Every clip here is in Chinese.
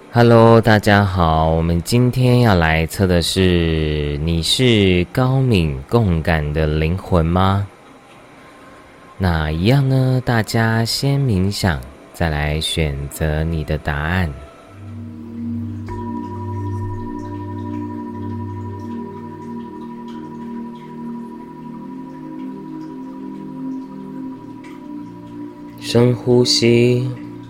Hello，大家好，我们今天要来测的是，你是高敏共感的灵魂吗？那一样呢，大家先冥想，再来选择你的答案。深呼吸。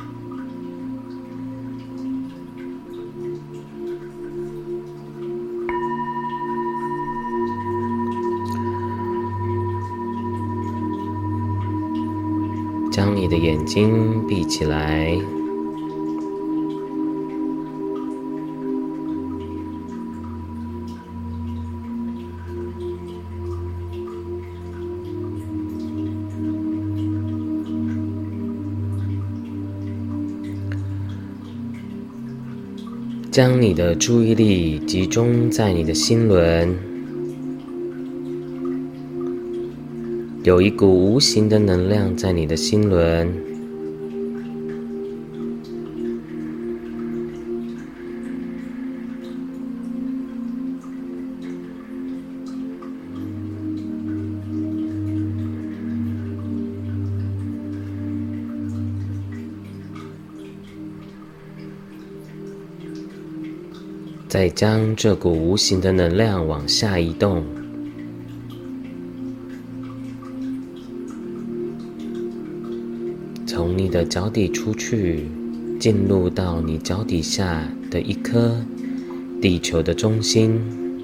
将你的眼睛闭起来，将你的注意力集中在你的心轮，有一股无形的能量在你的心轮，再将这股无形的能量往下移动，从你的脚底出去，进入到你脚底下的一颗地球的中心。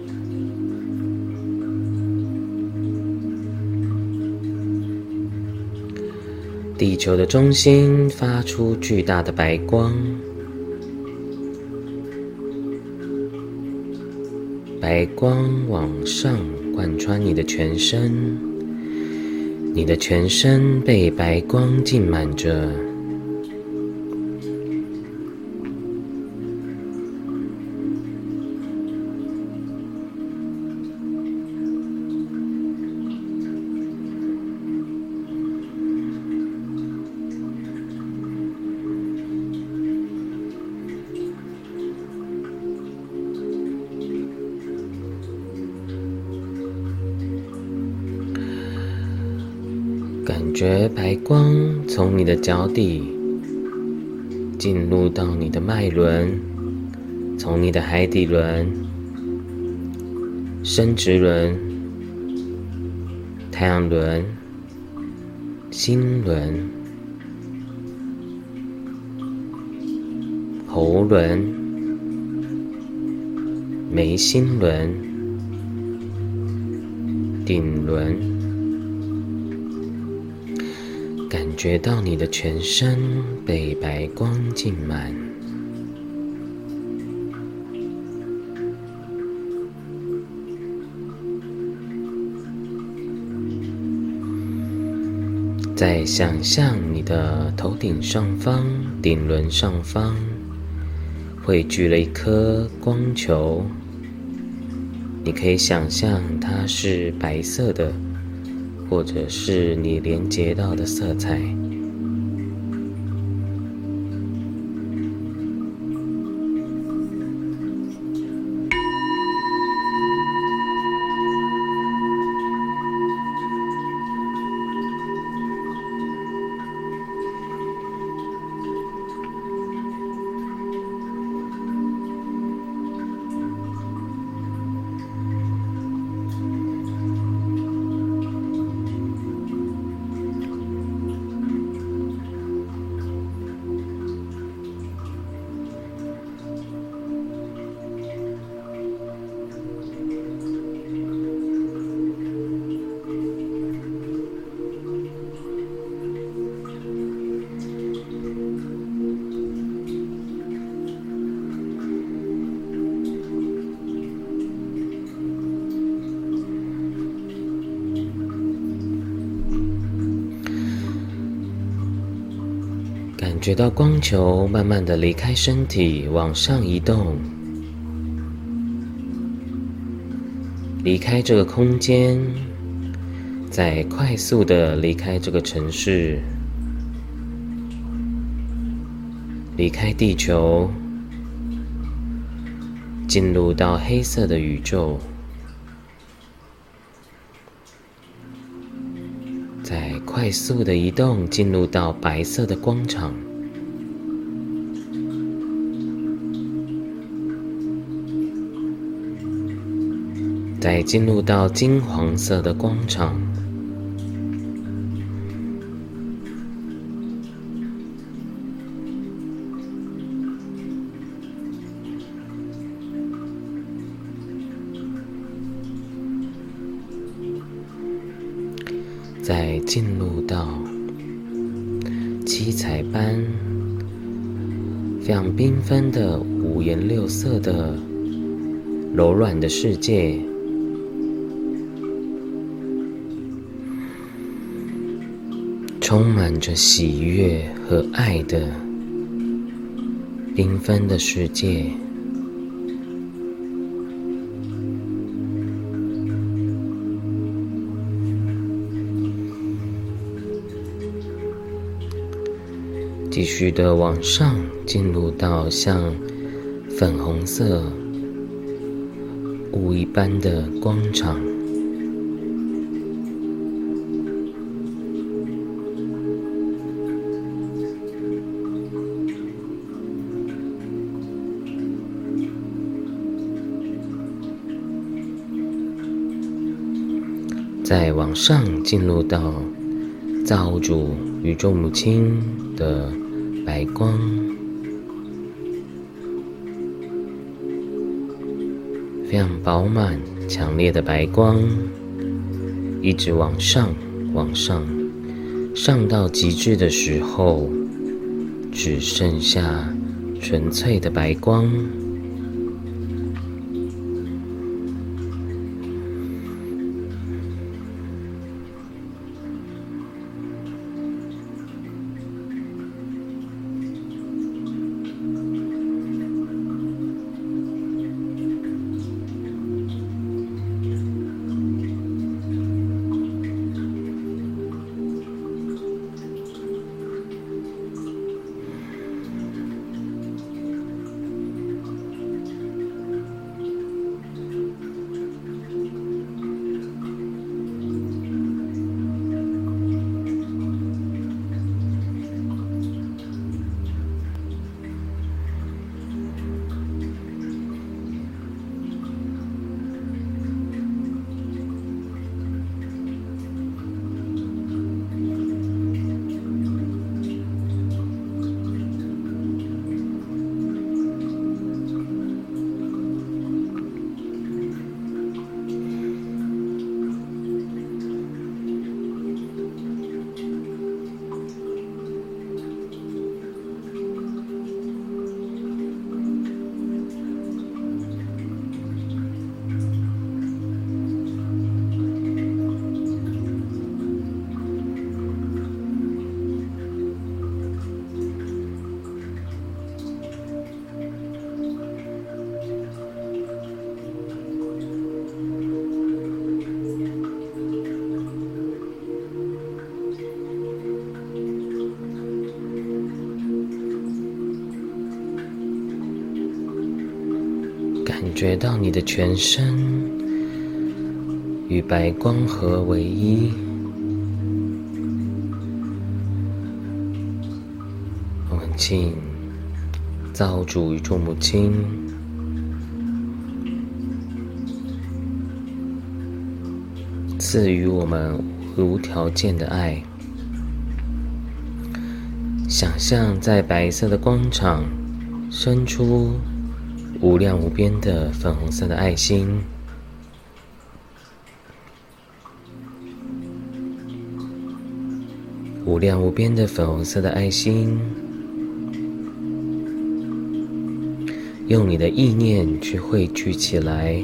地球的中心发出巨大的白光，白光往上贯穿你的全身，你的全身被白光浸满着。感觉白光从你的脚底进入到你的脉轮，从你的海底轮、生殖轮、太阳轮、心轮、喉轮、眉心轮、顶轮，感觉到你的全身被白光浸满。再想象你的头顶上方、顶轮上方汇聚了一颗光球，你可以想象它是白色的，或者是你连接到的色彩。感觉到光球慢慢的离开身体，往上移动，离开这个空间，再快速的离开这个城市，离开地球， 进入到黑色的宇宙，再快速的移动，进入到白色的光场，再进入到金黄色的光场，再进入到七彩般、非常缤纷的五颜六色的柔软的世界，充满着喜悦和爱的缤纷的世界。继续的往上，进入到像粉红色雾一般的光场，再往上进入到造物主宇宙母亲的白光，非常饱满强烈的白光，一直往上往上，上到极致的时候，只剩下纯粹的白光。感觉到你的全身与白光合为一，我们请造物主宇宙母亲赐予我们无条件的爱。想象在白色的光场伸出无量无边的粉红色的爱心，无量无边的粉红色的爱心，用你的意念去汇聚起来。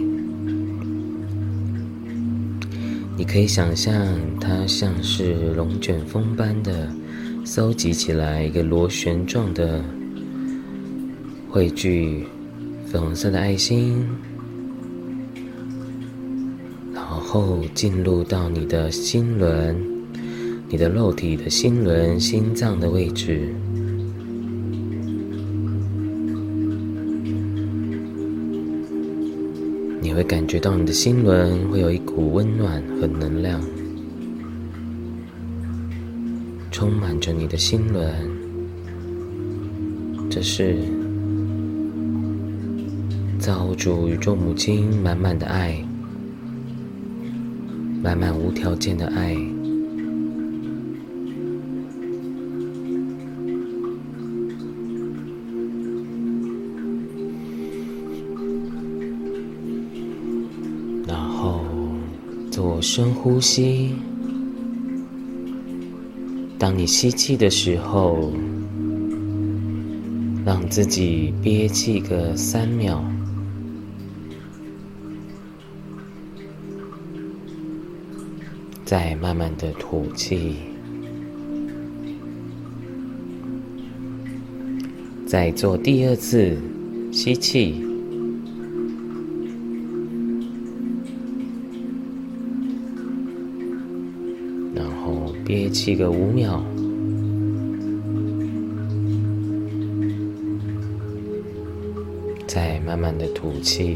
你可以想象它像是龙卷风般的搜集起来，一个螺旋状的汇聚粉红色的爱心，然后进入到你的心轮，你的肉体的心轮、心脏的位置。 你会感觉到你的心轮会有一股温暖和能量，充满着你的心轮。这是造物主宇宙母亲满满的爱，满满无条件的爱。然后做深呼吸，当你吸气的时候，让自己憋气个3秒，再慢慢的吐气，再做第2次吸气，然后憋气个5秒，再慢慢的吐气，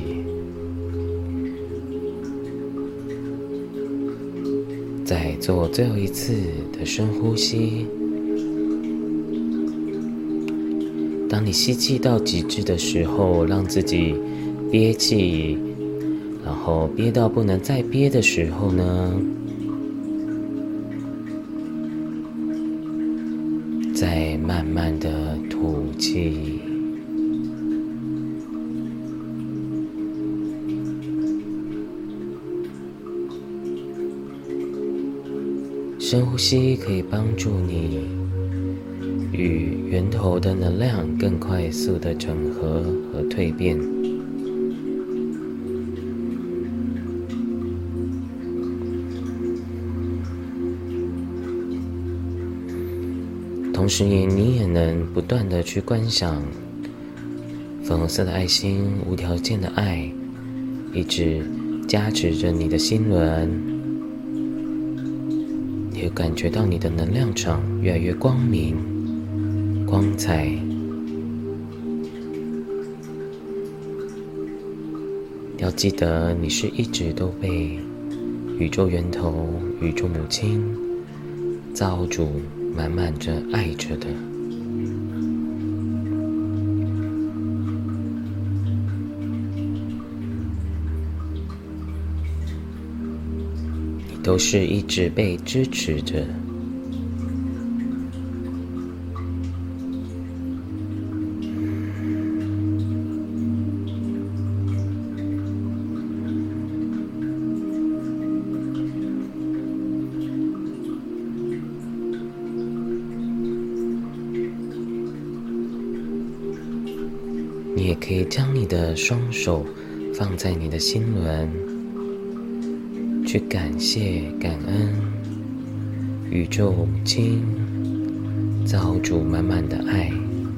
再做最后1次的深呼吸。当你吸气到极致的时候，让自己憋气，然后憋到不能再憋的时候呢，再慢慢的吐气。深呼吸可以帮助你与源头的能量更快速的整合和蜕变。同时你也能不断的去观想粉红色的爱心无条件的爱一直加持着你的心轮，你会感觉到你的能量场越来越光明光彩。要记得你是一直都被宇宙源头宇宙母亲造物主满满着爱着的。你都是一直被支持着。你也可以将你的双手放在你的心轮，去感谢感恩宇宙母亲造物主满满的爱。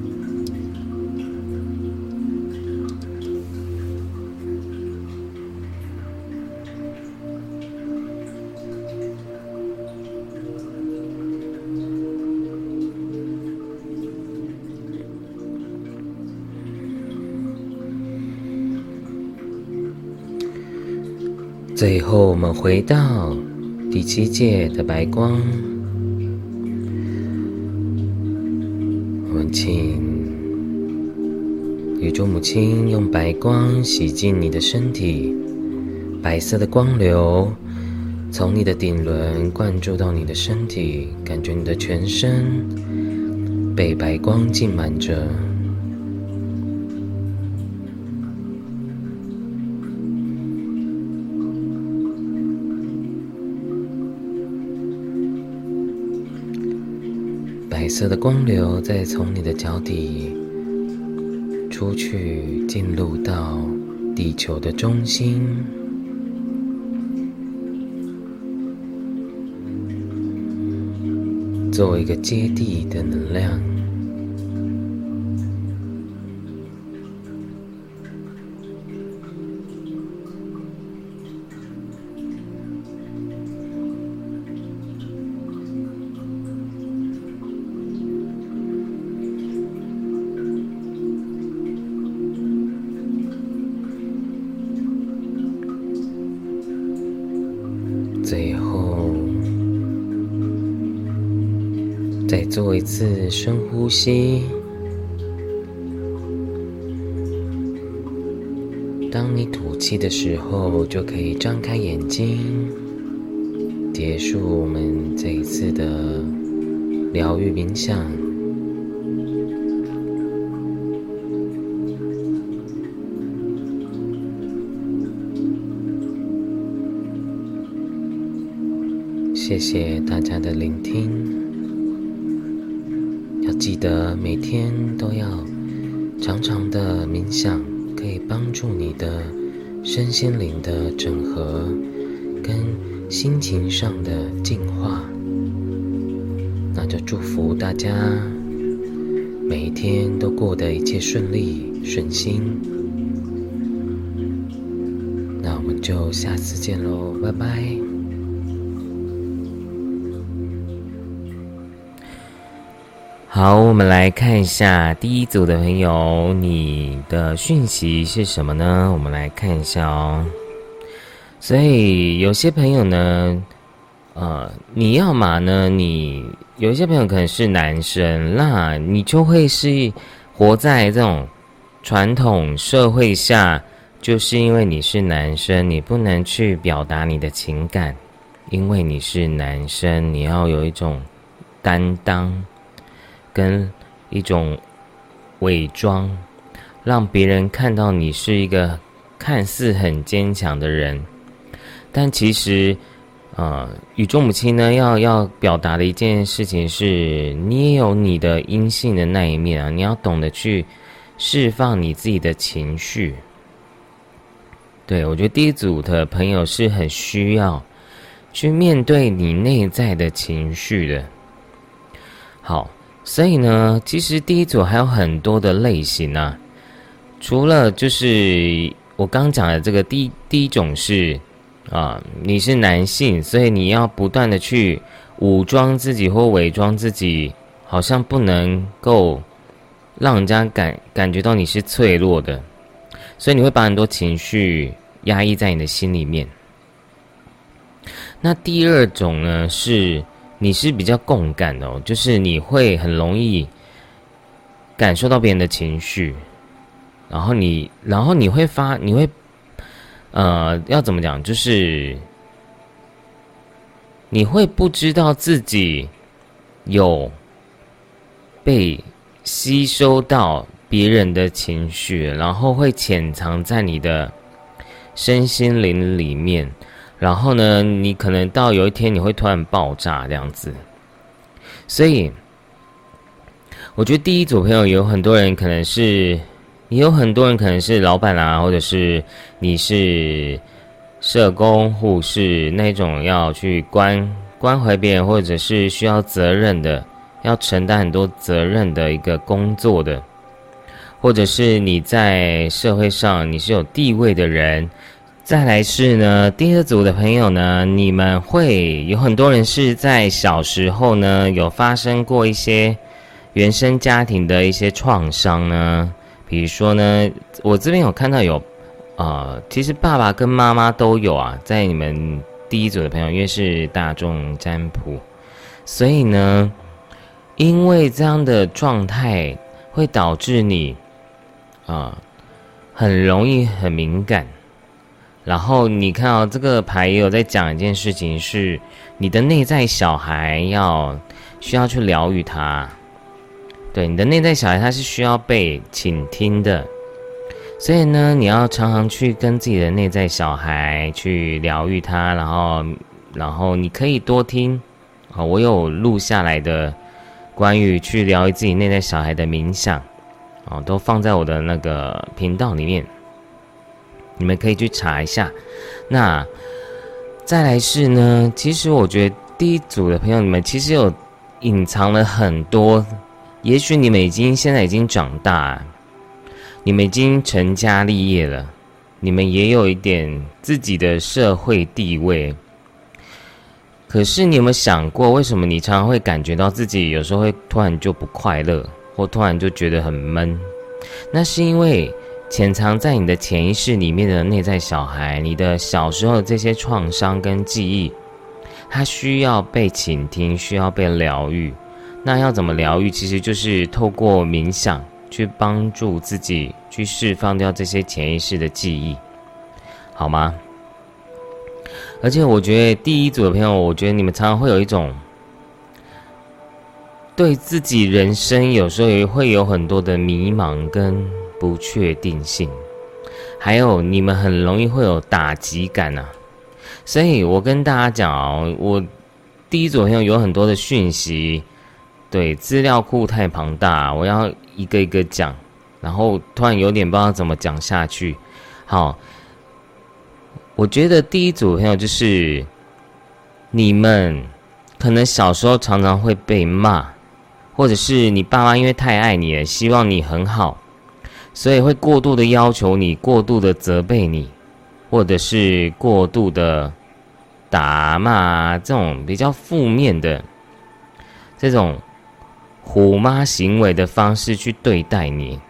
最后我们回到第7届的白光，我们请宇宙母亲用白光洗净你的身体，白色的光流从你的顶轮灌注到你的身体，感觉你的全身被白光浸满着。白色的光流再从你的脚底出去，进入到地球的中心，作为一个接地的能量。 再做一次深呼吸。当你吐气的时候，就可以张开眼睛，结束我们这一次的疗愈冥想。谢谢大家的聆听，要记得每天都要常常的冥想，可以帮助你的身心灵的整合跟心情上的净化。那就祝福大家每一天都过得一切顺利顺心。那我们就下次见咯，拜拜。好，我们来看一下第一组的朋友，你的讯息是什么呢？我们来看一下哦。所以有些朋友呢，你要嘛呢，你有一些朋友可能是男生，那你就会是活在这种传统社会下，就是因为你是男生，你不能去表达你的情感，因为你是男生，你要有一种担当跟一种伪装，让别人看到你是一个看似很坚强的人，但其实宇宙母亲呢要表达的一件事情是，你也有你的阴性的那一面啊，你要懂得去释放你自己的情绪。对，我觉得第一组的朋友是很需要去面对你内在的情绪的。好，所以呢，其实第一组还有很多的类型啊，除了就是我刚讲的这个第一种是你是男性，所以你要不断的去武装自己或伪装自己，好像不能够让人家感觉到你是脆弱的，所以你会把很多情绪压抑在你的心里面。那第二种呢，是你是比较共感的哦，就是你会很容易感受到别人的情绪，然后你会要怎么讲，就是你会不知道自己有被吸收到别人的情绪，然后会潜藏在你的身心灵里面，然后呢，你可能到有一天你会突然爆炸这样子。所以我觉得第一组朋友有很多人可能是老板啊，或者是你是社工、护士那种要去关怀别人，或者是需要责任的，要承担很多责任的一个工作的，或者是你在社会上你是有地位的人。再来是呢，第二组的朋友呢，你们会有很多人是在小时候呢有发生过一些原生家庭的一些创伤呢，比如说呢，我这边有看到有其实爸爸跟妈妈都有啊，在你们第一组的朋友，因为是大众占卜，所以呢，因为这样的状态会导致你很容易很敏感。然后你看哦，这个牌也有在讲一件事情，是你的内在小孩需要去疗愈他。对，你的内在小孩他是需要被倾听的，所以呢，你要常常去跟自己的内在小孩去疗愈他，然后你可以多听我有录下来的关于去疗愈自己内在小孩的冥想都放在我的那个频道里面，你们可以去查一下。那再来是呢，其实我觉得第一组的朋友，你们其实有隐藏了很多，也许你们现在已经长大，你们已经成家立业了，你们也有一点自己的社会地位，可是你有没有想过，为什么你常常会感觉到自己有时候会突然就不快乐，或突然就觉得很闷？那是因为潜藏在你的潜意识里面的内在小孩，你的小时候的这些创伤跟记忆，它需要被倾听，需要被疗愈。 那要怎么疗愈？其实就是透过冥想去帮助自己去释放掉这些潜意识的记忆，好吗？而且我觉得第一组的朋友，我觉得你们常常会有一种对自己人生有时候也会有很多的迷茫跟不确定性，还有你们很容易会有打击感啊。所以我跟大家讲哦，我第一组朋友有很多的讯息，对，资料库太庞大，我要一个一个讲，然后突然有点不知道怎么讲下去。好，我觉得第一组朋友就是你们可能小时候常常会被骂，或者是你爸妈因为太爱你了，希望你很好，所以会过度的要求你，过度的责备你，或者是过度的打骂，这种比较负面的这种虎妈行为的方式去对待你。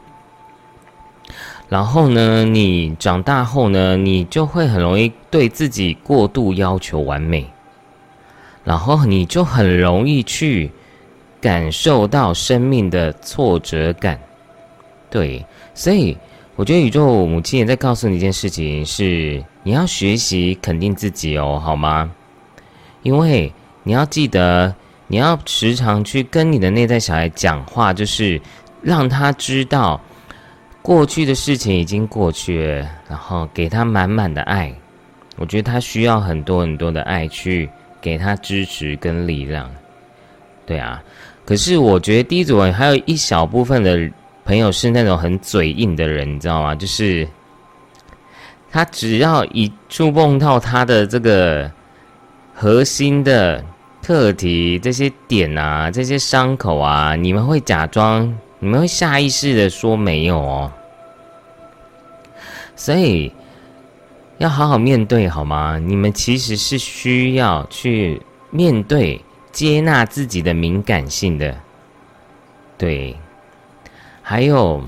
然后呢，你长大后呢，你就会很容易对自己过度要求完美，然后你就很容易去感受到生命的挫折感。对，所以我觉得宇宙母亲也在告诉你一件事情，是你要学习肯定自己哦，好吗？因为你要记得，你要时常去跟你的内在小孩讲话，就是让他知道过去的事情已经过去了，然后给他满满的爱。我觉得他需要很多很多的爱去给他支持跟力量。对啊，可是我觉得第一组人还有一小部分的朋友是那种很嘴硬的人，你知道吗？就是他只要一触碰到他的这个核心的课题，这些点啊，这些伤口啊，你们会假装，你们会下意识的说没有哦。所以要好好面对，好吗？你们其实是需要去面对、接纳自己的敏感性的。对，还有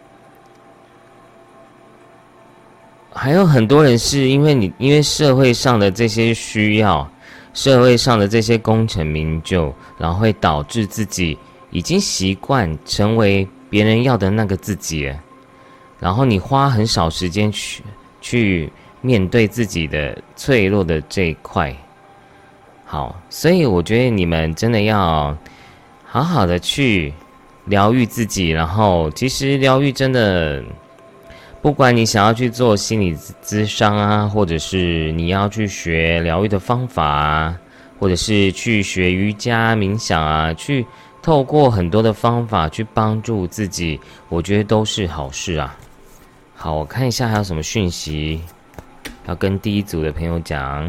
很多人是因为社会上的这些需要，社会上的这些功成名就，然后会导致自己已经习惯成为别人要的那个自己了，然后你花很少时间去面对自己的脆弱的这一块。好，所以我觉得你们真的要好好的去疗愈自己，然后其实疗愈真的，不管你想要去做心理咨商啊，或者是你要去学疗愈的方法啊，或者是去学瑜伽冥想啊，去透过很多的方法去帮助自己，我觉得都是好事啊。好，我看一下还有什么讯息要跟第一组的朋友讲。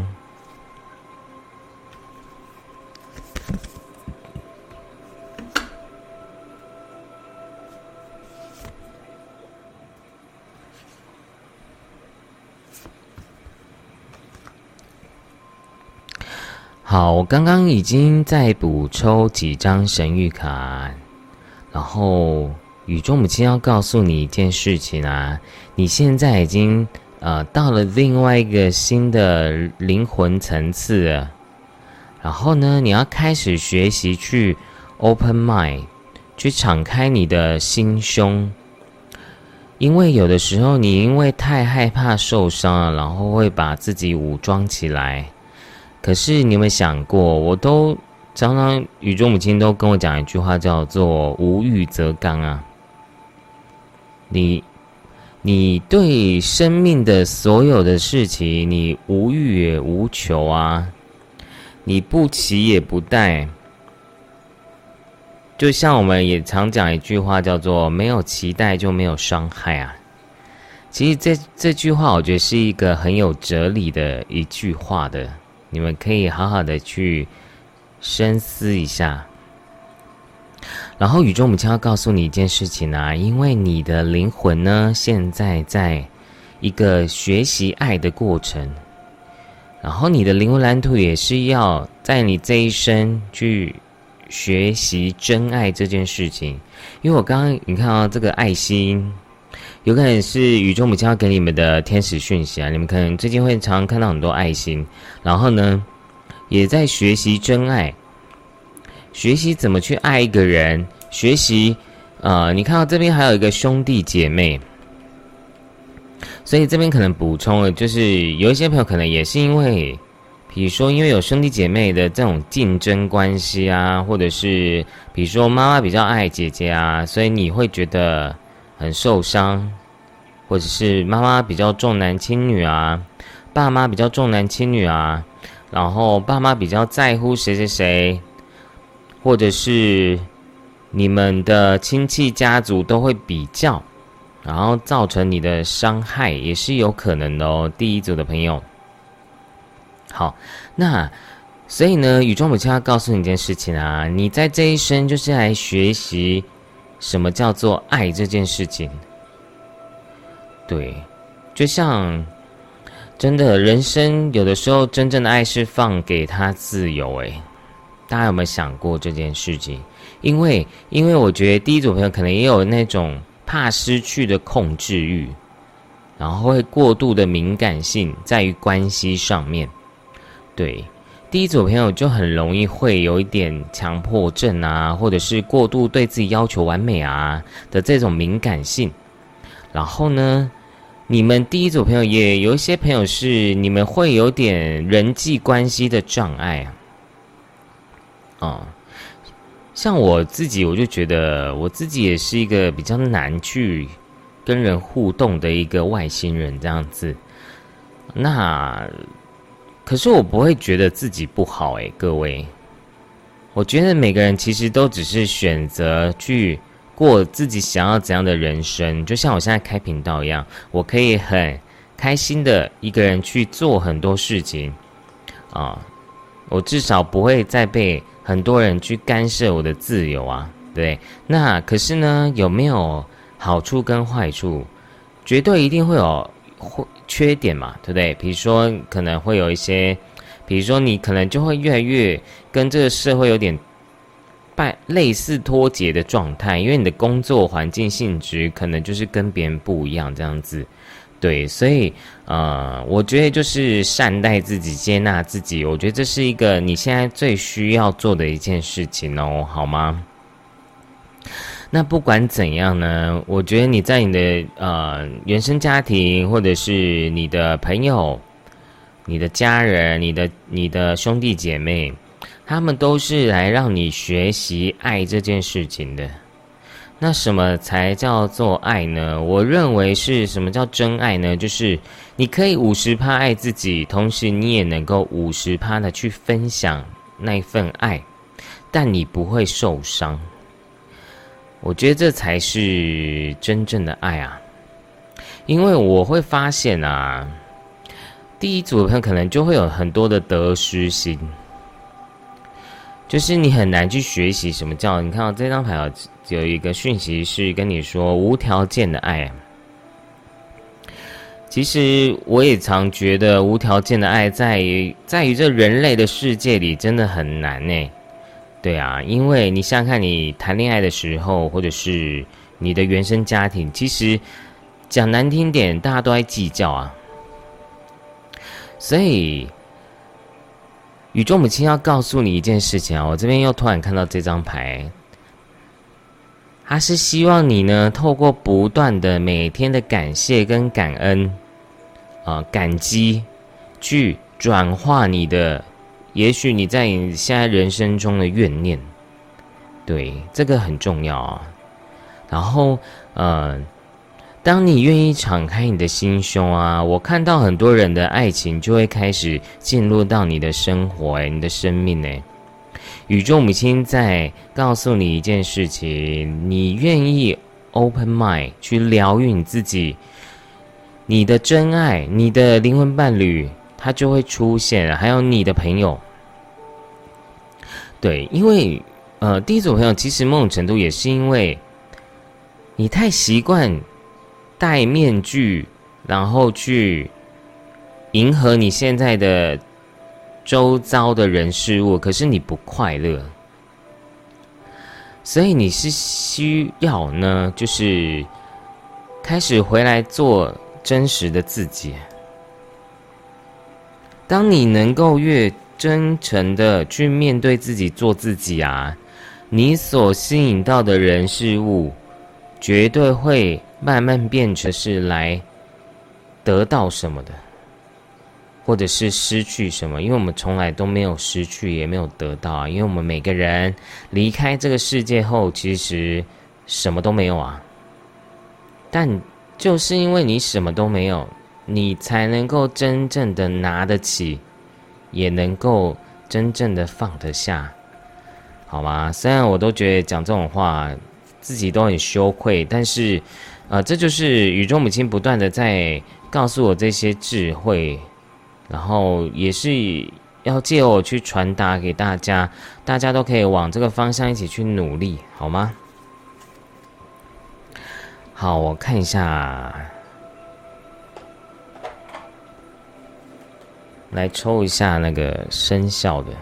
好，我刚刚已经在补抽几张神谕卡，然后宇宙母亲要告诉你一件事情啊，你现在已经到了另外一个新的灵魂层次了，然后呢，你要开始学习去 open mind， 去敞开你的心胸，因为有的时候你因为太害怕受伤了，然后会把自己武装起来。可是你有没有想过，我都常常宇宙母亲都跟我讲一句话，叫做无欲则刚啊。你对生命的所有的事情，你无欲也无求啊，你不期也不待。就像我们也常讲一句话，叫做没有期待就没有伤害啊。其实这句话我觉得是一个很有哲理的一句话的，你们可以好好的去深思一下。然后宇宙母亲要告诉你一件事情啊，因为你的灵魂呢，现在在一个学习爱的过程，然后你的灵魂蓝图也是要在你这一生去学习真爱这件事情。因为我刚刚你看到这个爱心，有可能是宇宙母亲要给你们的天使讯息啊，你们可能最近会常常看到很多爱心，然后呢也在学习真爱， 学习怎么去爱一个人，学习你看到这边还有一个兄弟姐妹，所以这边可能补充了，就是有一些朋友可能也是因为比如说因为有兄弟姐妹的这种竞争关系啊，或者是比如说妈妈比较爱姐姐啊，所以你会觉得很受伤，或者是妈妈比较重男轻女啊，爸妈比较重男轻女啊，然后爸妈比较在乎谁谁谁，或者是你们的亲戚家族都会比较，然后造成你的伤害也是有可能的哦。第一组的朋友，好，那所以呢，宇宙母亲要告诉你一件事情啊，你在这一生就是来学习什么叫做爱这件事情。对，就像真的人生有的时候真正的爱是放给他自由诶，大家有没有想过这件事情？因为我觉得第一组朋友可能也有那种怕失去的控制欲，然后会过度的敏感性在于关系上面。对，第一组朋友就很容易会有一点强迫症啊，或者是过度对自己要求完美啊的这种敏感性。然后呢，你们第一组朋友也有一些朋友是你们会有点人际关系的障碍啊。像我自己，我就觉得我自己也是一个比较难去跟人互动的一个外星人这样子。那可是我不会觉得自己不好诶，各位，我觉得每个人其实都只是选择去过自己想要怎样的人生，就像我现在开频道一样，我可以很开心的一个人去做很多事情啊，我至少不会再被很多人去干涉我的自由啊，对。那可是呢，有没有好处跟坏处？绝对一定会有缺点嘛，对不对？比如说可能会有一些，比如说你可能就会越来越跟这个社会有点类似脱节的状态，因为你的工作环境性质可能就是跟别人不一样这样子。对，所以我觉得就是善待自己，接纳自己，我觉得这是一个你现在最需要做的一件事情哦，好吗？那不管怎样呢，我觉得你在你的原生家庭，或者是你的朋友、你的家人、你的兄弟姐妹，他们都是来让你学习爱这件事情的。那什么才叫做爱呢？我认为是什么叫真爱呢？就是你可以50%爱自己，同时你也能够50%的去分享那一份爱，但你不会受伤。我觉得这才是真正的爱啊！因为我会发现啊，第一组的朋友可能就会有很多的得失心，就是你很难去学习什么叫，你看到这张牌有一个讯息是跟你说无条件的爱。其实我也常觉得无条件的爱在于这人类的世界里真的很难耶。对啊，因为你想想看，你谈恋爱的时候，或者是你的原生家庭，其实讲难听点，大家都在计较啊。所以宇宙母亲要告诉你一件事情啊，我这边又突然看到这张牌，它是希望你呢，透过不断的每天的感谢跟感恩感激，去转化你的，也许你在你现在人生中的怨念，对，这个很重要啊。然后当你愿意敞开你的心胸啊，我看到很多人的爱情就会开始进入到你的生活，你的生命宇宙母亲在告诉你一件事情，你愿意 open mind 去疗愈你自己，你的真爱，你的灵魂伴侣，它就会出现，还有你的朋友。对，因为第一组朋友其实某种程度也是因为你太习惯戴面具，然后去迎合你现在的周遭的人事物，可是你不快乐，所以你是需要呢，就是开始回来做真实的自己。当你能够越真诚的去面对自己，做自己啊， 你所吸引到的人事物，绝对会慢慢变成是来得到什么的，或者是失去什么。因为我们从来都没有失去，也没有得到啊。因为我们每个人离开这个世界后，其实什么都没有啊。但就是因为你什么都没有，你才能够真正的拿得起，也能够真正的放得下，好吗？虽然我都觉得讲这种话自己都很羞愧，但是这就是宇宙母亲不断的在告诉我这些智慧，然后也是要借我去传达给大家，大家都可以往这个方向一起去努力，好吗？好，我看一下，来抽一下那个生肖的。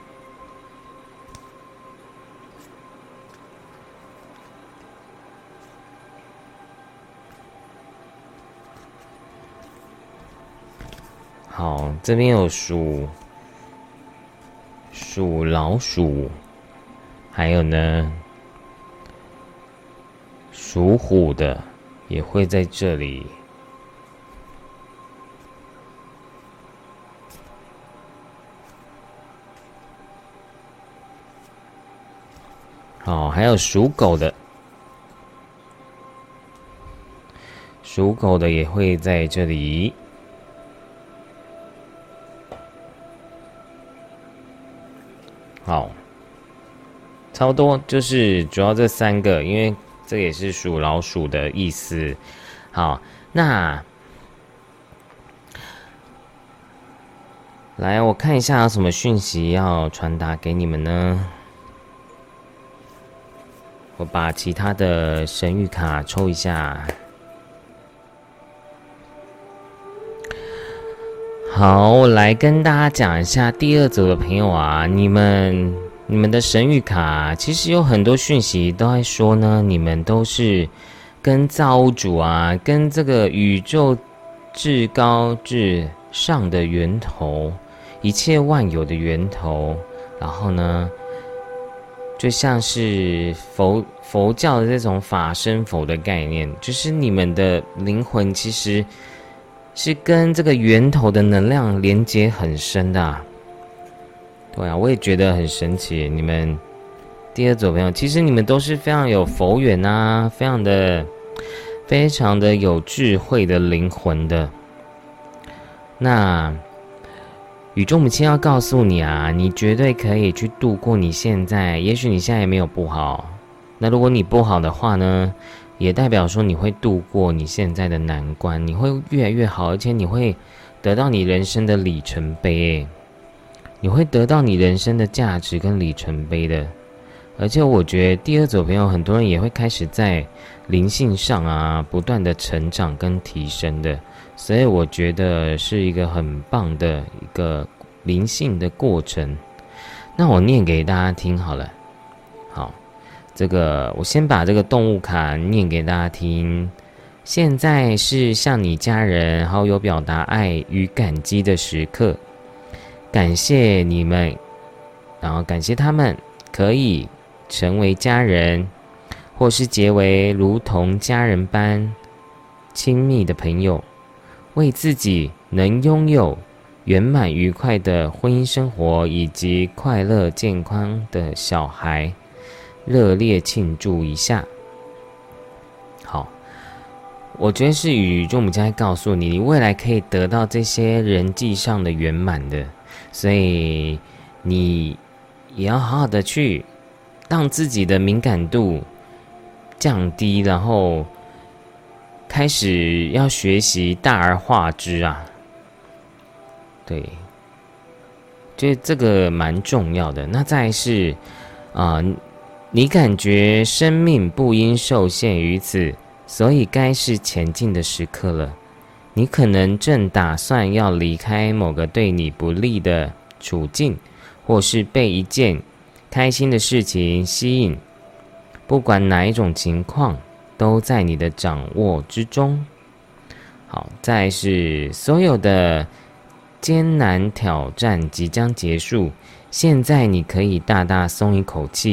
好，这边有属老鼠，还有呢属虎的也会在这里。好，还有属狗的，属狗的也会在这里。好，差不多就是主要这三个，因为这也是属老鼠的意思。好，那来我看一下有什么讯息要传达给你们呢？我把其他的神谕卡抽一下。好，我来跟大家讲一下第二组的朋友啊，你们的神谕卡其实有很多讯息都在说呢，你们都是跟造物主啊，跟这个宇宙至高至上的源头，一切万有的源头，然后呢，就像是佛教的这种法身佛的概念，就是你们的灵魂其实是跟这个源头的能量连接很深的啊。对啊，我也觉得很神奇。你们第二组朋友，其实你们都是非常有佛缘啊，非常的有智慧的灵魂的。那宇宙母亲要告诉你啊，你绝对可以去度过你现在，也许你现在也没有不好，那如果你不好的话呢，也代表说你会度过你现在的难关，你会越来越好，而且你会得到你人生的里程碑，你会得到你人生的价值跟里程碑的。而且我觉得第二组朋友很多人也会开始在灵性上啊不断的成长跟提升的，所以我觉得是一个很棒的一个灵性的过程。那我念给大家听好了。好，这个我先把这个动物卡念给大家听。现在是向你家人好友表达爱与感激的时刻，感谢你们，然后感谢他们可以成为家人，或是结为如同家人般亲密的朋友，为自己能拥有圆满愉快的婚姻生活以及快乐健康的小孩热烈庆祝一下。好，我觉得是宇宙母亲在告诉你，你未来可以得到这些人际上的圆满的，所以你也要好好的去让自己的敏感度降低，然后开始要学习大而化之啊。对，觉得这个蛮重要的。那再来是你感觉生命不应受限于此，所以该是前进的时刻了。你可能正打算要离开某个对你不利的处境，或是被一件开心的事情吸引，不管哪一种情况都在你的掌握之中。好，再来是所有的艰难挑战即将结束，现在你可以大大松一口气，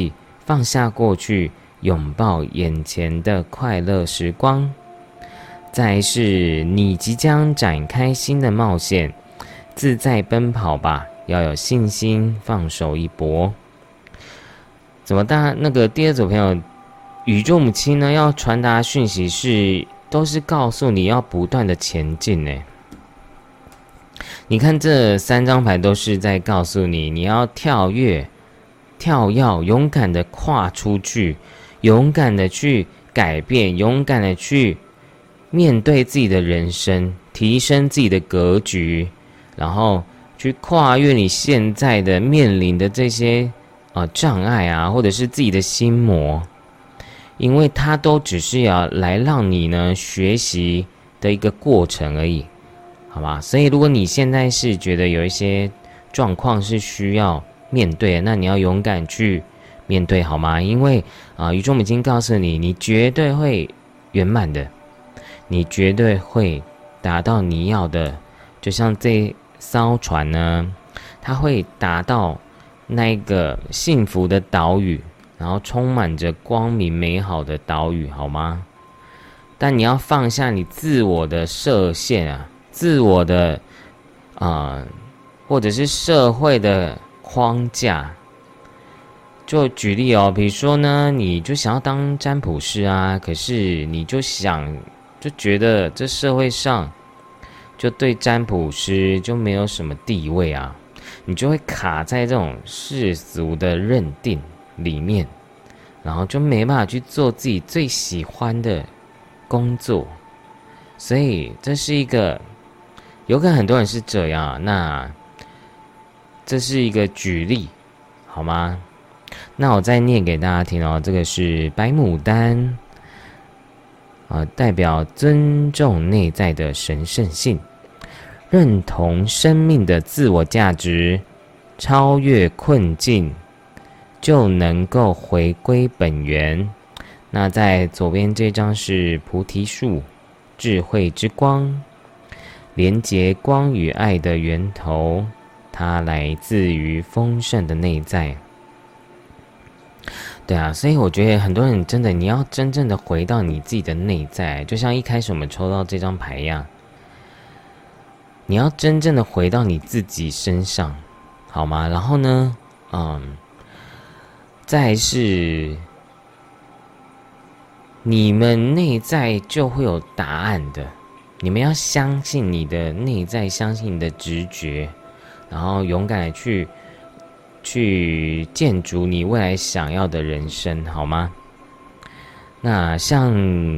放下过去，拥抱眼前的快乐时光。再是你即将展开新的冒险，自在奔跑吧，要有信心，放手一搏。怎么那个第二组朋友，宇宙母亲呢要传达讯息都是告诉你要不断的前进呢。你看这3张牌都是在告诉你，你要跳跃、勇敢的跨出去，勇敢的去改变，勇敢的去面对自己的人生，提升自己的格局，然后去跨越你现在的面临的这些障碍啊，或者是自己的心魔，因为它都只是要来让你呢学习的一个过程而已，好吧？所以如果你现在是觉得有一些状况是需要面对的，那你要勇敢去面对，好吗？因为宇宙母亲告诉你，你绝对会圆满的，你绝对会达到你要的，就像这艘船呢，它会达到那个幸福的岛屿，然后充满着光明美好的岛屿，好吗？但你要放下你自我的设限啊，自我的或者是社会的框架。就举例比如说呢，你就想要当占卜师啊，可是你就觉得这社会上就对占卜师就没有什么地位啊，你就会卡在这种世俗的认定里面，然后就没办法去做自己最喜欢的工作。所以这是一个有可能很多人是这样，那这是一个举例，好吗？那我再念给大家听这个是白牡丹代表尊重内在的神圣性，认同生命的自我价值，超越困境，就能够回归本源。那在左边这张是菩提树，智慧之光，连结光与爱的源头，它来自于丰盛的内在。对啊，所以我觉得很多人真的，你要真正的回到你自己的内在，就像一开始我们抽到这张牌一样，你要真正的回到你自己身上，好吗？然后呢，再是你们内在就会有答案的，你们要相信你的内在，相信你的直觉，然后勇敢的去建筑你未来想要的人生，好吗？那像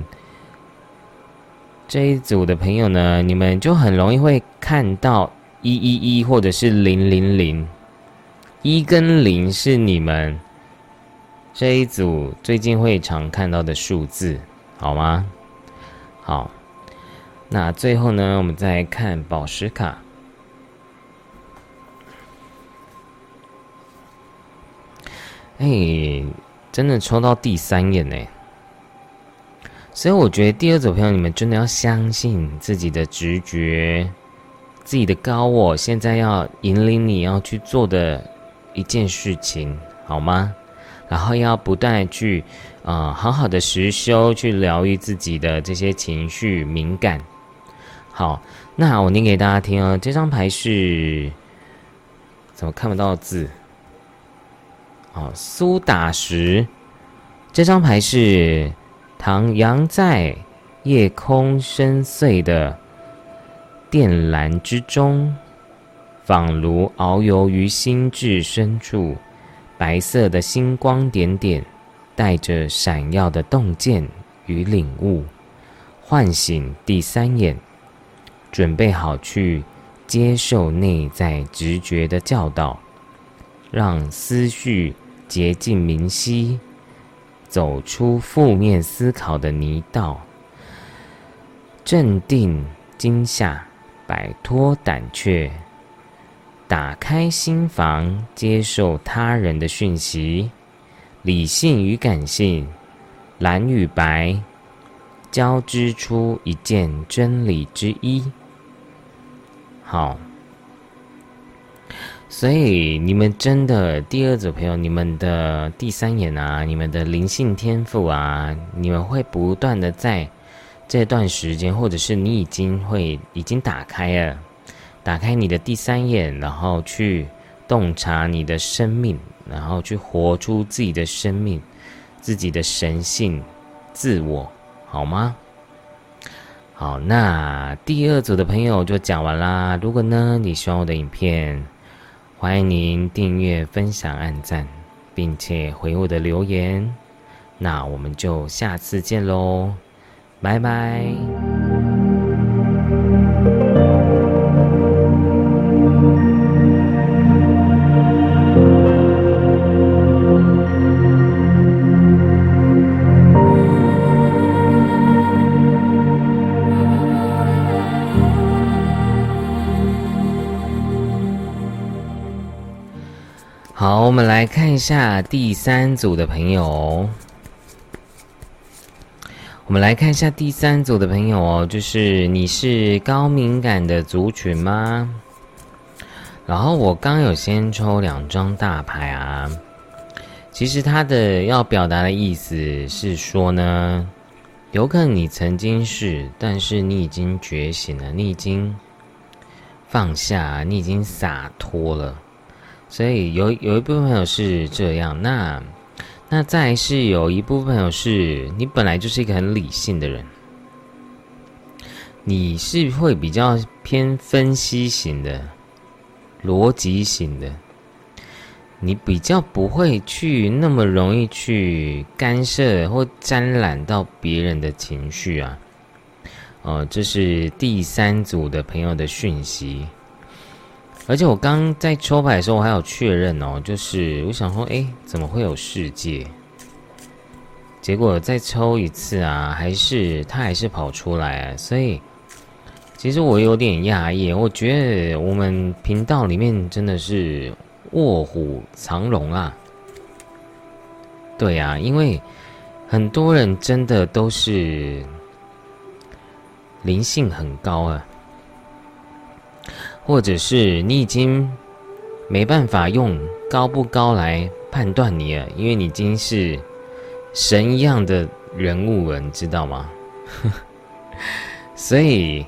这一组的朋友呢，你们就很容易会看到111或者是000，1跟0是你们这一组最近会常看到的数字，好吗？好，那最后呢，我们再看宝石卡。真的抽到第3眼耶，所以我觉得第二组朋友，你们真的要相信自己的直觉，自己的高我现在要引领你要去做的一件事情，好吗？然后要不断的去好好的实修，去疗愈自己的这些情绪敏感。好，那我念给大家听这张牌是怎么看不到字？苏打石，这张牌是徜徉在夜空深邃的靛蓝之中，仿如遨游于心智深处，白色的星光点点，带着闪耀的洞见与领悟，唤醒第3眼，准备好去接受内在直觉的教导，让思绪洁净明晰，走出负面思考的泥道，镇定惊吓，摆脱胆怯，打开心房，接受他人的讯息，理性与感性，蓝与白，交织出一件真理之一。好， 所以你们真的第二组朋友，你们的第三眼啊，你们的灵性天赋啊，你们会不断的在这段时间，或者是你已经打开了，打开你的第三眼，然后去洞察你的生命，然后去活出自己的生命，自己的神性自我，好吗？好，那第二组的朋友就讲完啦。如果呢你喜欢我的影片，欢迎您订阅、分享、按赞，并且回我的留言。那我们就下次见咯，拜拜。好，我们来看一下第三组的朋友。我们来看一下第三组的朋友哦，就是你是高敏感的族群吗？然后我刚有先抽2张大牌啊，其实它的要表达的意思是说呢，有可能你曾经是，但是你已经觉醒了，你已经放下，你已经洒脱了。所以有一部分朋友是这样，那再来是有一部分朋友是你本来就是一个很理性的人，你是会比较偏分析型的、逻辑型的，你比较不会去那么容易去干涉或沾染到别人的情绪啊。这是第三组的朋友的讯息。而且我刚在抽牌的时候，我还有确认哦，就是我想说，怎么会有世界？结果再抽一次啊，它还是跑出来啊，所以其实我有点讶异，我觉得我们频道里面真的是卧虎藏龙啊。对啊，因为很多人真的都是灵性很高啊。或者是你已经没办法用高不高来判断你了，因为你已经是神一样的人物了，你知道吗？所以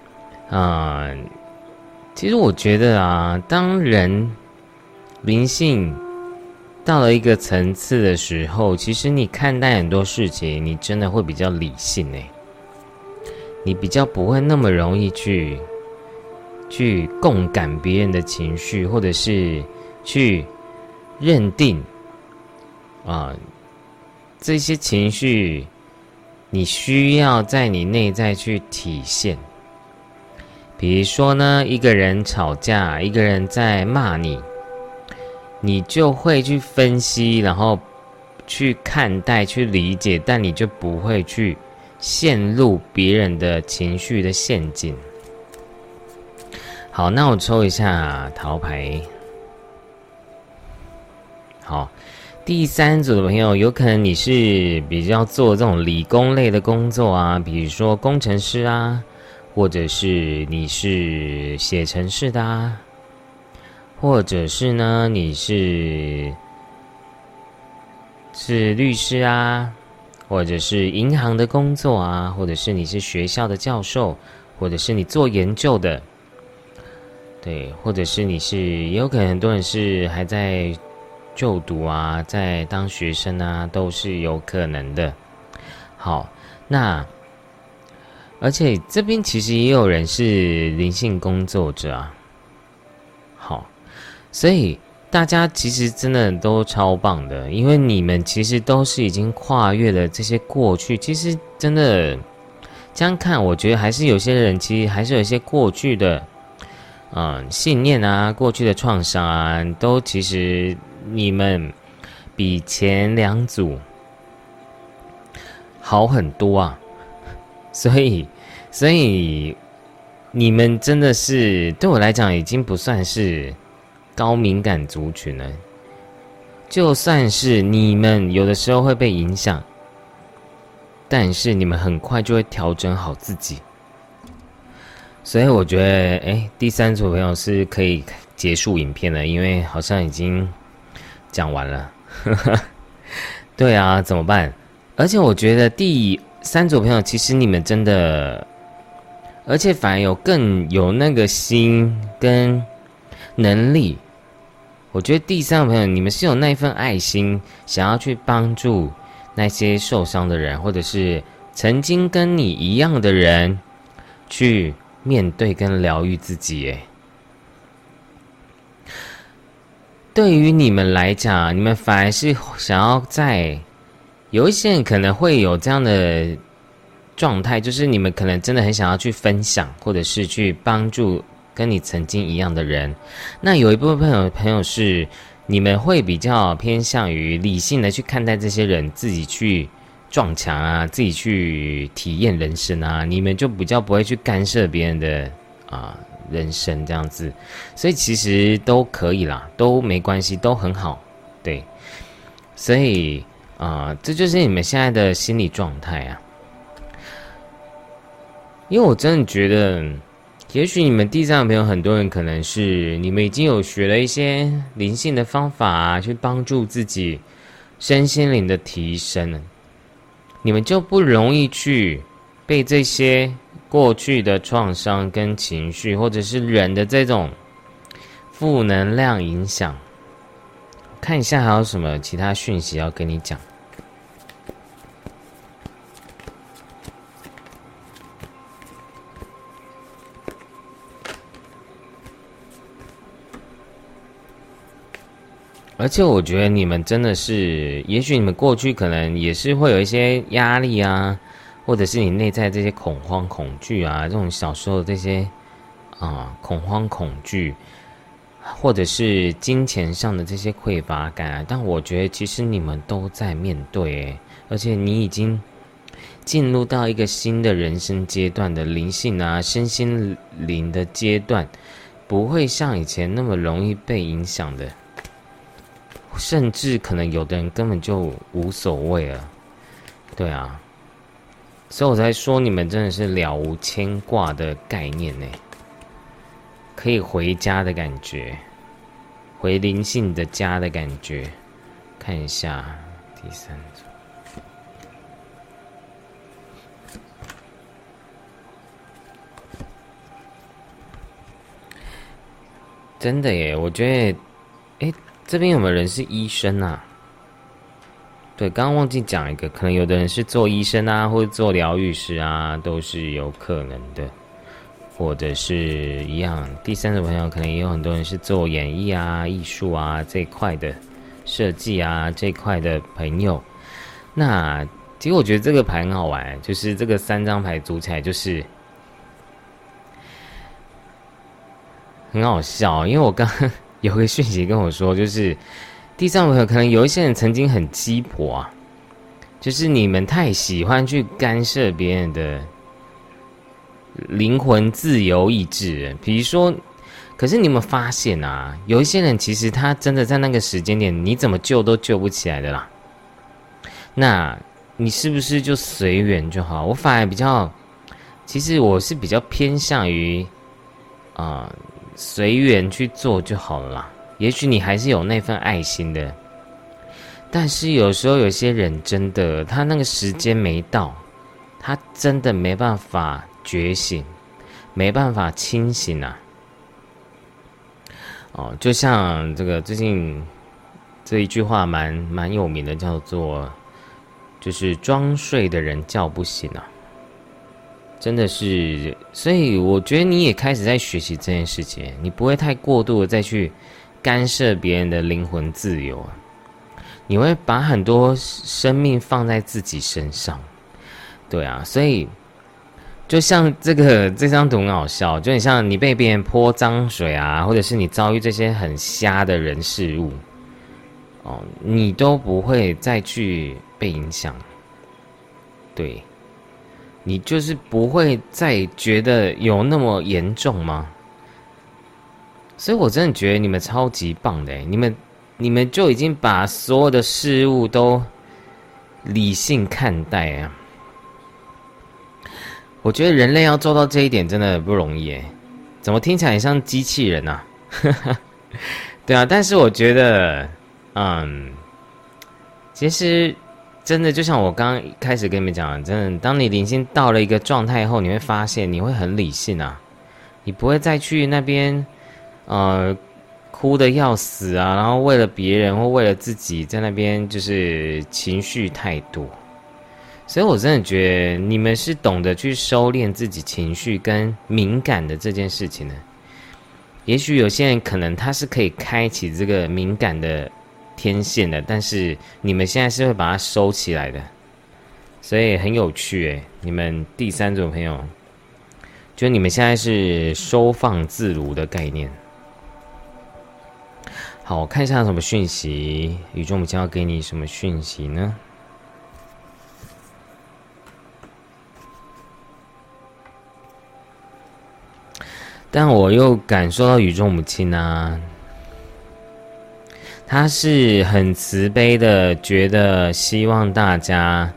其实我觉得啊，当人灵性到了一个层次的时候，其实你看待很多事情，你真的会比较理性你比较不会那么容易去共感别人的情绪，或者是去认定这些情绪你需要在你内在去体现。比如说呢，一个人吵架，一个人在骂你，你就会去分析，然后去看待、去理解，但你就不会去陷入别人的情绪的陷阱。好，那我抽一下桃牌。好，第三组的朋友，有可能你是比较做这种理工类的工作啊，比如说工程师啊，或者是你是写程式的啊，或者是呢你是律师啊，或者是银行的工作啊，或者是你是学校的教授，或者是你做研究的。对，或者是也有可能很多人是还在就读啊，在当学生啊，都是有可能的。好，那而且这边其实也有人是灵性工作者啊。好，所以大家其实真的都超棒的，因为你们其实都是已经跨越了这些过去。其实真的这样看，我觉得还是有些人其实还是有一些过去的信念啊，过去的创伤啊，都其实你们比前2组好很多啊，所以你们真的是对我来讲已经不算是高敏感族群了，就算是你们有的时候会被影响，但是你们很快就会调整好自己。所以我觉得第三组朋友是可以结束影片了，因为好像已经讲完了。对啊，怎么办？而且我觉得第三组朋友，其实你们真的，而且反而更有那个心跟能力。我觉得第三个朋友，你们是有那份爱心，想要去帮助那些受伤的人，或者是曾经跟你一样的人，去面对跟疗愈自己。耶，对于你们来讲，你们反而是想要有一些人可能会有这样的状态，就是你们可能真的很想要去分享，或者是去帮助跟你曾经一样的人。那有一部分朋友是你们会比较偏向于理性的去看待这些人，自己去撞墙啊，自己去体验人生啊，你们就比较不会去干涉别人的人生这样子。所以其实都可以啦，都没关系，都很好。对，所以这就是你们现在的心理状态啊。因为我真的觉得，也许你们第三个朋友很多人可能是你们已经有学了一些灵性的方法去帮助自己身心灵的提升了，你们就不容易去被这些过去的创伤跟情绪，或者是人的这种负能量影响。看一下还有什么其他讯息要跟你讲。而且我觉得你们真的是，也许你们过去可能也是会有一些压力啊，或者是你内在这些恐慌恐惧啊，这种小时候的这些恐慌恐惧，或者是金钱上的这些匮乏感啊，但我觉得其实你们都在面对而且你已经进入到一个新的人生阶段的灵性啊、身心灵的阶段，不会像以前那么容易被影响的。甚至可能有的人根本就无所谓了，对啊，所以我才说你们真的是了无牵挂的概念呢，可以回家的感觉，回灵性的家的感觉。看一下第三组，真的耶，我觉得，这边有没有人是医生啊？对，刚刚忘记讲一个，可能有的人是做医生啊，或者做疗愈师啊，都是有可能的。或者是一样，第三种朋友可能也有很多人是做演艺啊、艺术啊这一块的设计啊这一块的朋友。那其实我觉得这个牌很好玩，就是这个3张牌组起来就是很好笑，因为我刚有个讯息跟我说，就是第三位可能有一些人曾经很鸡婆啊，就是你们太喜欢去干涉别人的灵魂自由意志。比如说，可是你有没有发现啊，有一些人其实他真的在那个时间点，你怎么救都救不起来的啦。那你是不是就随缘就好？我反而其实我是比较偏向于随缘去做就好了啦。也许你还是有那份爱心的，但是有时候有些人真的，他那个时间没到，他真的没办法觉醒，没办法清醒啊。就像这个最近这一句话蛮有名的，叫做就是装睡的人叫不醒啊。真的是，所以我觉得你也开始在学习这件事情，你不会太过度的再去干涉别人的灵魂自由啊，你会把很多生命放在自己身上。对啊，所以就像这张图很好笑，就很像你被别人泼脏水啊，或者是你遭遇这些很瞎的人事物你都不会再去被影响。对，你就是不会再觉得有那么严重吗？所以我真的觉得你们超级棒的，你们就已经把所有的事物都理性看待啊。我觉得人类要做到这一点真的不容易耶，怎么听起来很像机器人啊？ 对啊，但是我觉得，其实真的就像我刚刚一开始跟你们讲的，真的，当你灵性到了一个状态后，你会发现你会很理性啊，你不会再去那边，哭得要死啊，然后为了别人或为了自己在那边就是情绪太多。所以我真的觉得你们是懂得去收敛自己情绪跟敏感的这件事情呢。也许有些人可能他是可以开启这个敏感的天线的，但是你们现在是会把它收起来的，所以很有趣耶。你们第三组朋友，就你们现在是收放自如的概念。好，我看一下有什么讯息，宇宙母亲要给你什么讯息呢？但我又感受到宇宙母亲啊，她是很慈悲的，觉得希望大家，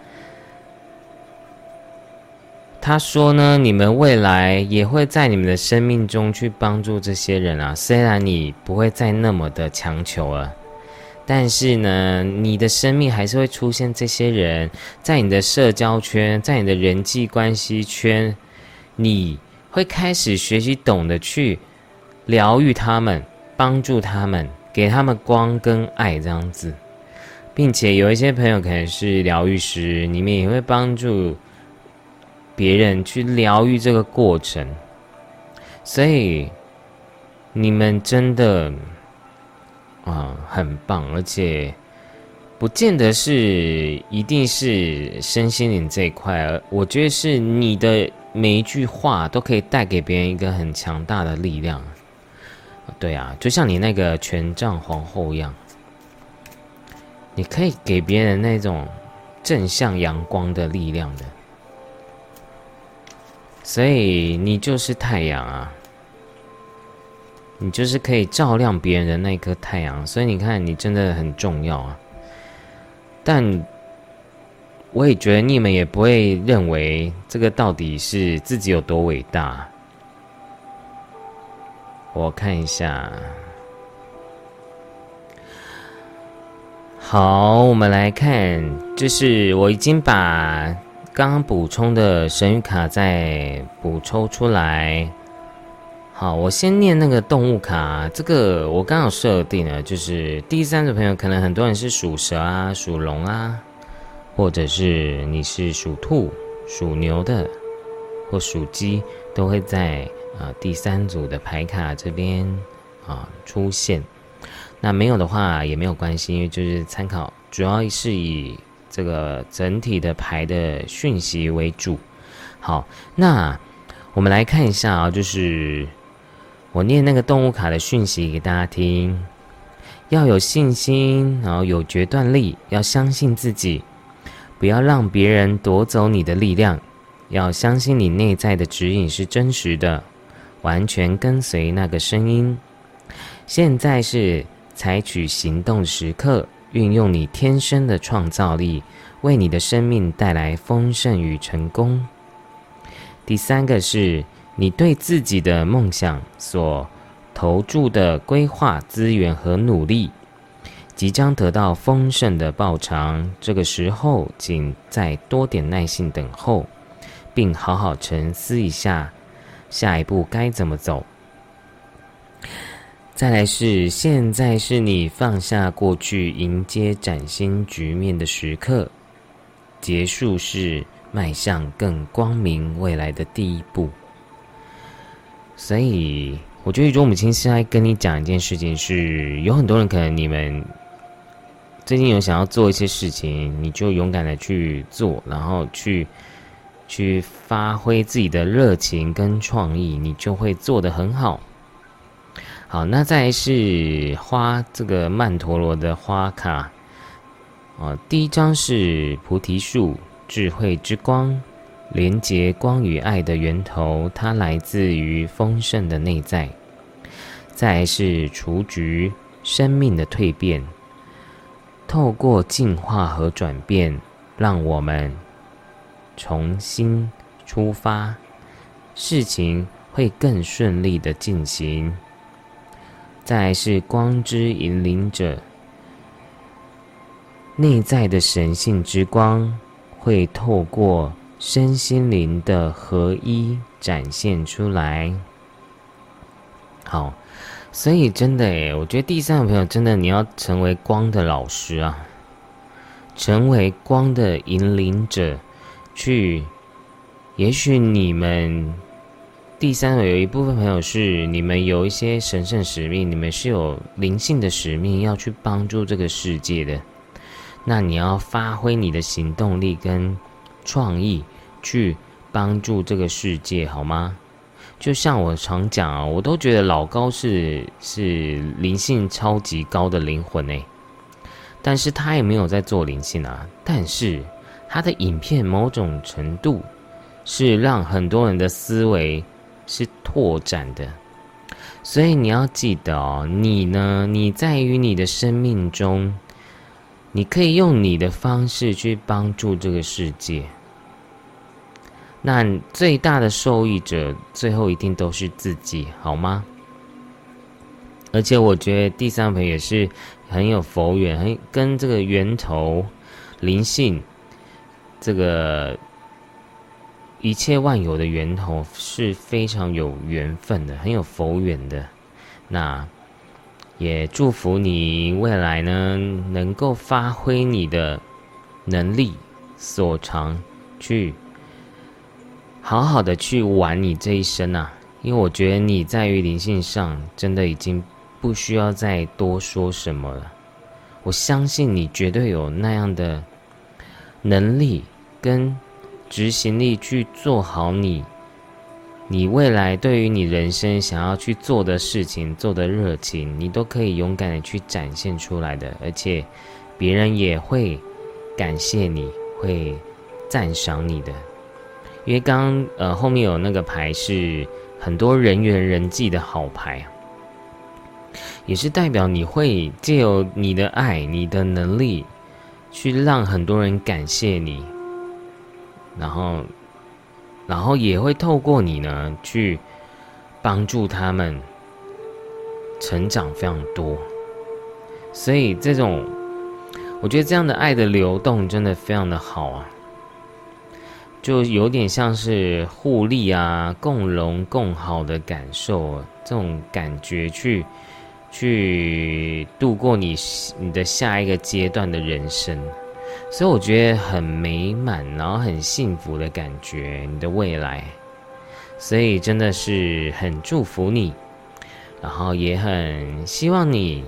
她说呢，你们未来也会在你们的生命中去帮助这些人啊。虽然你不会再那么的强求了，但是呢，你的生命还是会出现这些人，在你的社交圈，在你的人际关系圈，你会开始学习懂得去疗愈他们，帮助他们，给他们光跟爱这样子，并且有一些朋友可能是疗愈师，你们也会帮助别人去疗愈这个过程，所以你们真的很棒，而且不见得是一定是身心灵这一块，我觉得是你的每一句话都可以带给别人一个很强大的力量。对啊，就像你那个权杖皇后一样，你可以给别人那种正向阳光的力量的，所以你就是太阳啊，你就是可以照亮别人的那颗太阳，所以你看你真的很重要啊。但我也觉得你们也不会认为这个到底是自己有多伟大。我看一下，好，我们来看，就是我已经把刚刚补充的神谕卡再补抽出来。好，我先念那个动物卡，这个我刚好设定了，就是第三组朋友，可能很多人是属蛇啊、属龙啊，或者是你是属兔、属牛的，或属鸡，都会在第三组的牌卡这边出现。那没有的话也没有关系，因为就是参考，主要是以这个整体的牌的讯息为主。好，那我们来看一下啊，就是我念那个动物卡的讯息给大家听。要有信心，然后有决断力，要相信自己，不要让别人夺走你的力量，要相信你内在的指引是真实的，完全跟随那个声音。现在是采取行动时刻，运用你天生的创造力，为你的生命带来丰盛与成功。第三个是你对自己的梦想所投注的规划资源和努力，即将得到丰盛的报偿。这个时候，请再多点耐心等候，并好好沉思一下，下一步该怎么走。再来是，现在是你放下过去，迎接崭新局面的时刻。结束是迈向更光明未来的第一步。所以我觉得宇宙母亲是在跟你讲一件事情，是有很多人可能你们最近有想要做一些事情，你就勇敢的去做，然后去发挥自己的热情跟创意，你就会做得很好。好，那再来是花，这个曼陀罗的花卡第一张是菩提树，智慧之光，连结光与爱的源头，它来自于丰盛的内在。再来是雏菊，生命的蜕变，透过进化和转变，让我们重新出发，事情会更顺利的进行。 再来是光之引领者，内在的神性之光会透过身心灵的合一展现出来。好，所以真的耶，我觉得第三个朋友真的你要成为光的老师啊，成为光的引领者，也许你们第三个有一部分朋友是你们有一些神圣使命，你们是有灵性的使命要去帮助这个世界的，那你要发挥你的行动力跟创意去帮助这个世界，好吗？就像我常讲啊，我都觉得老高是灵性超级高的灵魂欸，但是他也没有在做灵性啊，但是他的影片某种程度是让很多人的思维是拓展的，所以你要记得哦，你呢，你在于你的生命中，你可以用你的方式去帮助这个世界。那最大的受益者最后一定都是自己，好吗？而且我觉得第三盆也是很有佛缘，跟这个源头灵性这个一切万有的源头是非常有缘分的，很有佛缘的。那也祝福你未来呢，能够发挥你的能力所长，去好好的去玩你这一生啊！因为我觉得你在于灵性上真的已经不需要再多说什么了。我相信你绝对有那样的能力跟执行力去做好你未来对于你人生想要去做的事情，做的热情，你都可以勇敢的去展现出来的，而且别人也会感谢你，会赞赏你的。因为刚后面有那个牌是很多人缘人际的好牌，也是代表你会借由你的爱、你的能力，去让很多人感谢你，然后也会透过你呢，去帮助他们成长非常多。所以我觉得这样的爱的流动真的非常的好啊。就有点像是互利啊、共荣共好的感受，这种感觉去度过你的下一个阶段的人生，所以我觉得很美满，然后很幸福的感觉，你的未来，所以真的是很祝福你，然后也很希望你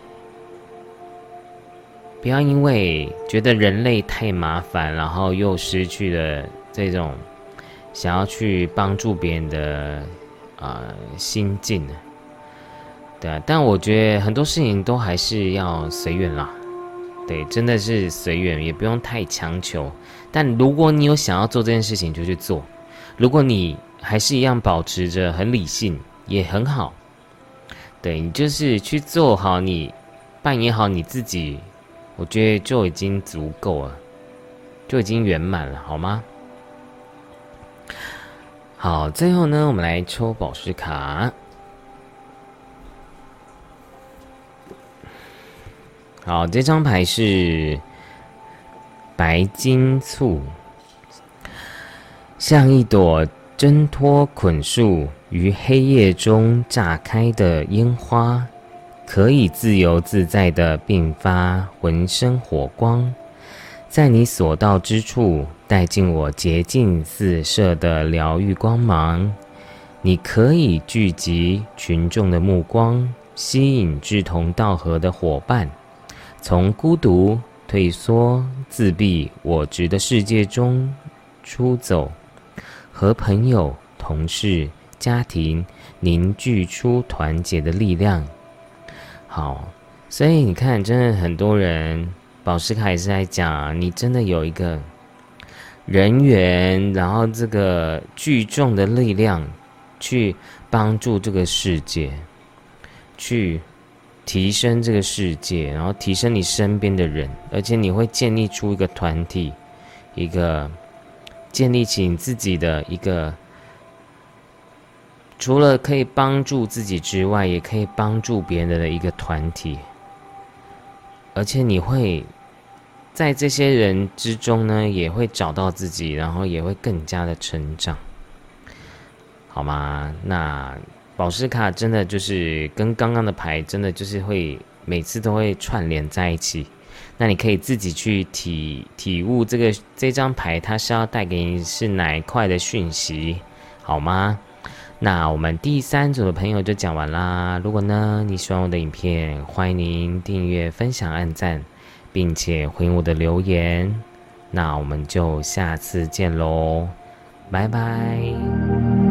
不要因为觉得人类太麻烦，然后又失去了这种想要去帮助别人的心境，对啊，但我觉得很多事情都还是要随缘啦，对，真的是随缘，也不用太强求。但如果你有想要做这件事情，就去做；如果你还是一样保持着很理性，也很好。对，你就是去做好你，扮演好你自己，我觉得就已经足够了，就已经圆满了，好吗？好，最后呢，我们来抽宝石卡。好，这张牌是白金簇，像一朵挣脱捆束于黑夜中炸开的烟花，可以自由自在地迸发浑身火光，在你所到之处带进我洁净四射的疗愈光芒。你可以聚集群众的目光，吸引志同道合的伙伴，从孤独、退缩、自闭、我执的世界中出走，和朋友、同事、家庭凝聚出团结的力量。好，所以你看，真的很多人，宝石卡也是在讲，你真的有一个人缘，然后这个聚众的力量，去帮助这个世界，去提升这个世界，然后提升你身边的人，而且你会建立出一个团体，建立起你自己的一个除了可以帮助自己之外，也可以帮助别人的一个团体。而且你会在这些人之中呢，也会找到自己，然后也会更加的成长，好吗？那宝石卡真的就是跟刚刚的牌真的就是会每次都会串联在一起。那你可以自己去体悟这张牌它是要带给你是哪一块的讯息，好吗？那我们第3组的朋友就讲完啦。如果呢你喜欢我的影片，欢迎您订阅、分享、按赞，并且回应我的留言。那我们就下次见咯，拜拜。